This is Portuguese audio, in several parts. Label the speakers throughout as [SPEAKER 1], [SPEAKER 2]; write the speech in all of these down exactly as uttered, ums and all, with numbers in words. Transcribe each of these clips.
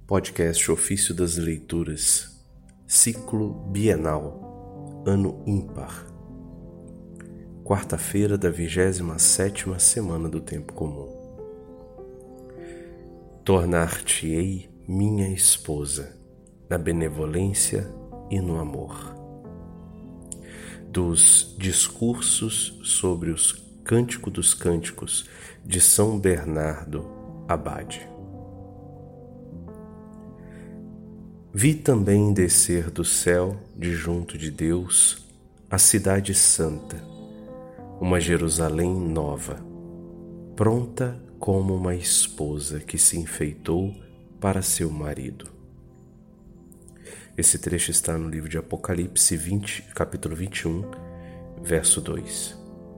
[SPEAKER 1] Podcast Ofício das Leituras, Ciclo Bienal, Ano Ímpar. Quarta-feira da vigésima sétima semana do Tempo Comum. Tornar-te-ei minha esposa, na benevolência e no amor. Dos Discursos sobre os Cântico dos Cânticos de São Bernardo Abade. Vi também descer do céu, de junto de Deus, a cidade santa, uma Jerusalém nova, pronta como uma esposa que se enfeitou para seu marido. Esse trecho está no livro de Apocalipse vinte, capítulo vinte e um, verso dois.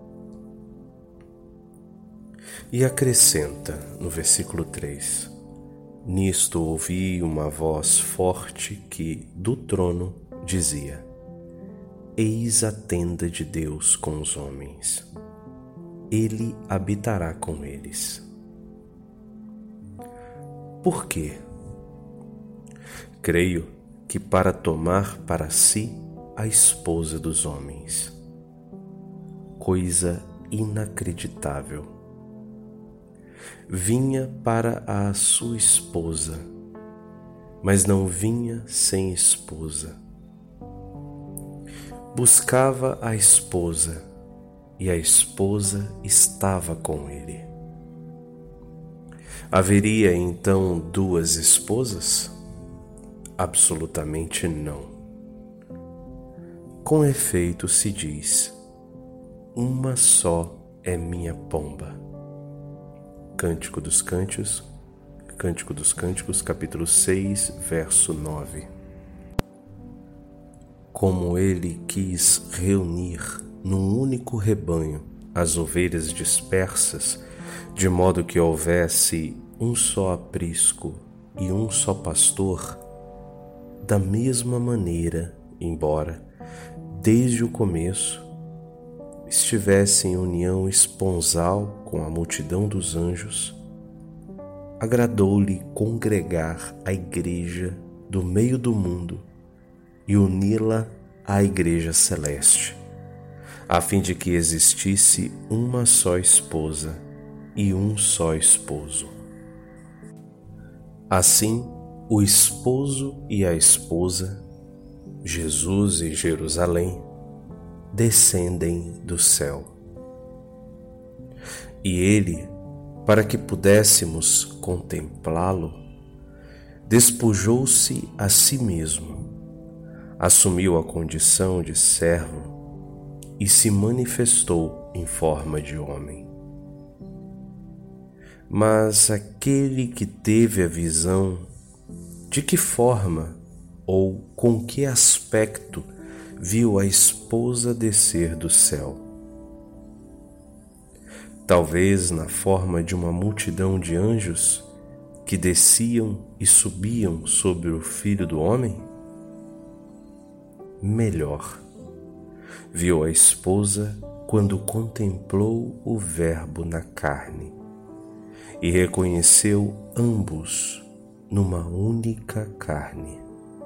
[SPEAKER 1] E acrescenta no versículo três: Nisto ouvi uma voz forte que, do trono, dizia: Eis a tenda de Deus com os homens. Ele habitará com eles. Por quê? Creio que para tomar para si a esposa dos homens. Coisa inacreditável. Vinha para a sua esposa, mas não vinha sem esposa. Buscava a esposa, e a esposa estava com ele. Haveria então duas esposas? Absolutamente não. Com efeito se diz: uma só é minha pomba. Cântico dos Cânticos, Cântico dos Cânticos, capítulo seis, verso nove. Como ele quis reunir num único rebanho as ovelhas dispersas, de modo que houvesse um só aprisco e um só pastor, da mesma maneira, embora, desde o começo, estivesse em união esponsal com a multidão dos anjos, agradou-lhe congregar a igreja do meio do mundo e uni-la à igreja celeste, a fim de que existisse uma só esposa e um só esposo. Assim, o esposo e a esposa, Jesus e Jerusalém, descendem do céu. E ele, para que pudéssemos contemplá-lo, despojou-se a si mesmo, assumiu a condição de servo e se manifestou em forma de homem. Mas aquele que teve a visão, de que forma ou com que aspecto viu a esposa descer do céu? Talvez na forma de uma multidão de anjos que desciam e subiam sobre o Filho do Homem? Melhor, viu a esposa quando contemplou o Verbo na carne e reconheceu ambos numa única carne.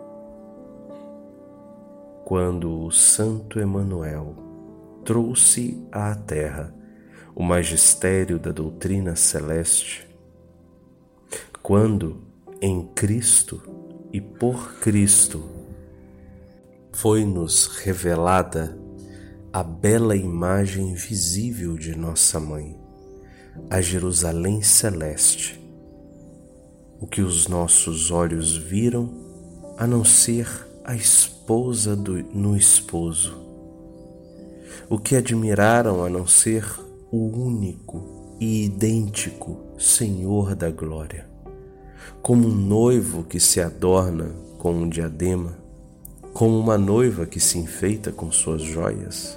[SPEAKER 1] Quando o Santo Emanuel trouxe à terra o magistério da doutrina celeste, quando em Cristo e por Cristo foi-nos revelada a bela imagem visível de nossa Mãe, a Jerusalém celeste, o que os nossos olhos viram a não ser a esposa do, no esposo, o que admiraram a não ser o único e idêntico Senhor da glória, como um noivo que se adorna com um diadema, como uma noiva que se enfeita com suas joias.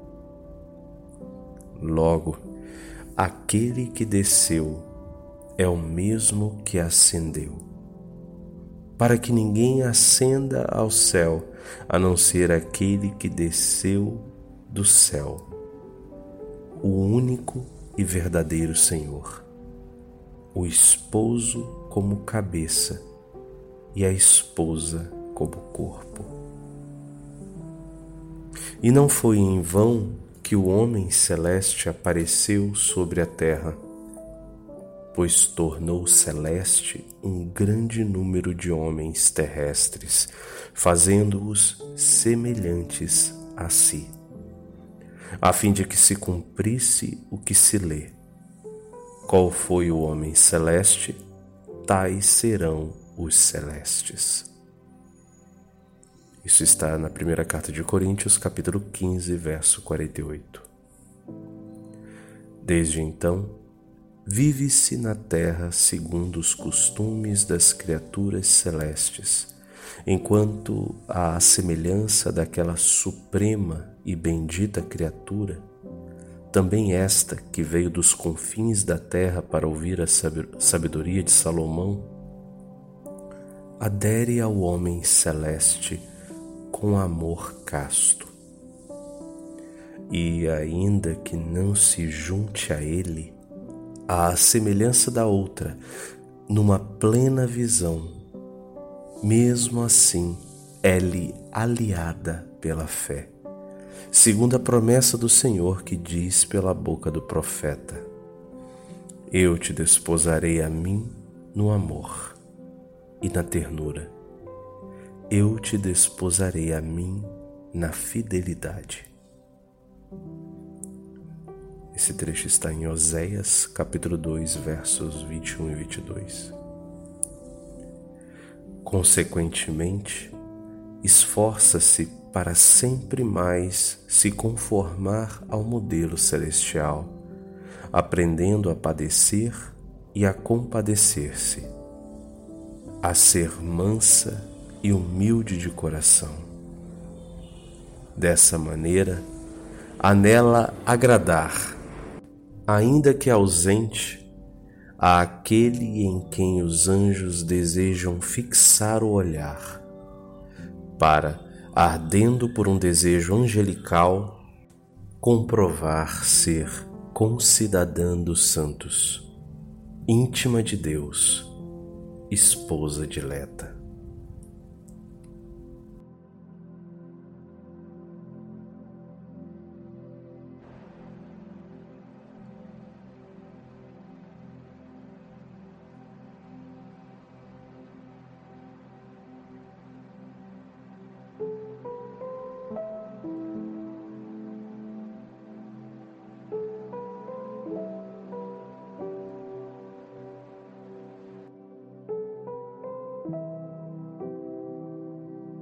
[SPEAKER 1] Logo, aquele que desceu é o mesmo que ascendeu, para que ninguém ascenda ao céu, a não ser aquele que desceu do céu, o único e verdadeiro Senhor, o esposo como cabeça e a esposa como corpo. E não foi em vão que o homem celeste apareceu sobre a terra, pois tornou celeste um grande número de homens terrestres, fazendo-os semelhantes a si, a fim de que se cumprisse o que se lê: qual foi o homem celeste, tais serão os celestes. Isso está na primeira carta de Coríntios, capítulo quinze, verso quarenta e oito. Desde então, vive-se na terra segundo os costumes das criaturas celestes, enquanto à semelhança daquela suprema e bendita criatura, também esta que veio dos confins da terra para ouvir a sabedoria de Salomão, adere ao homem celeste com amor casto. E ainda que não se junte a ele, à semelhança da outra, numa plena visão, mesmo assim é-lhe aliada pela fé, segundo a promessa do Senhor que diz pela boca do profeta: eu te desposarei a mim no amor e na ternura, eu te desposarei a mim na fidelidade. Esse trecho está em Oséias, capítulo dois, versos vinte e um e vinte e dois. Consequentemente, esforça-se para sempre mais se conformar ao modelo celestial, aprendendo a padecer e a compadecer-se, a ser mansa e humilde de coração. Dessa maneira, anela agradar, ainda que ausente, àquele em quem os anjos desejam fixar o olhar, para, ardendo por um desejo angelical, comprovar ser concidadã dos santos, íntima de Deus, esposa dileta.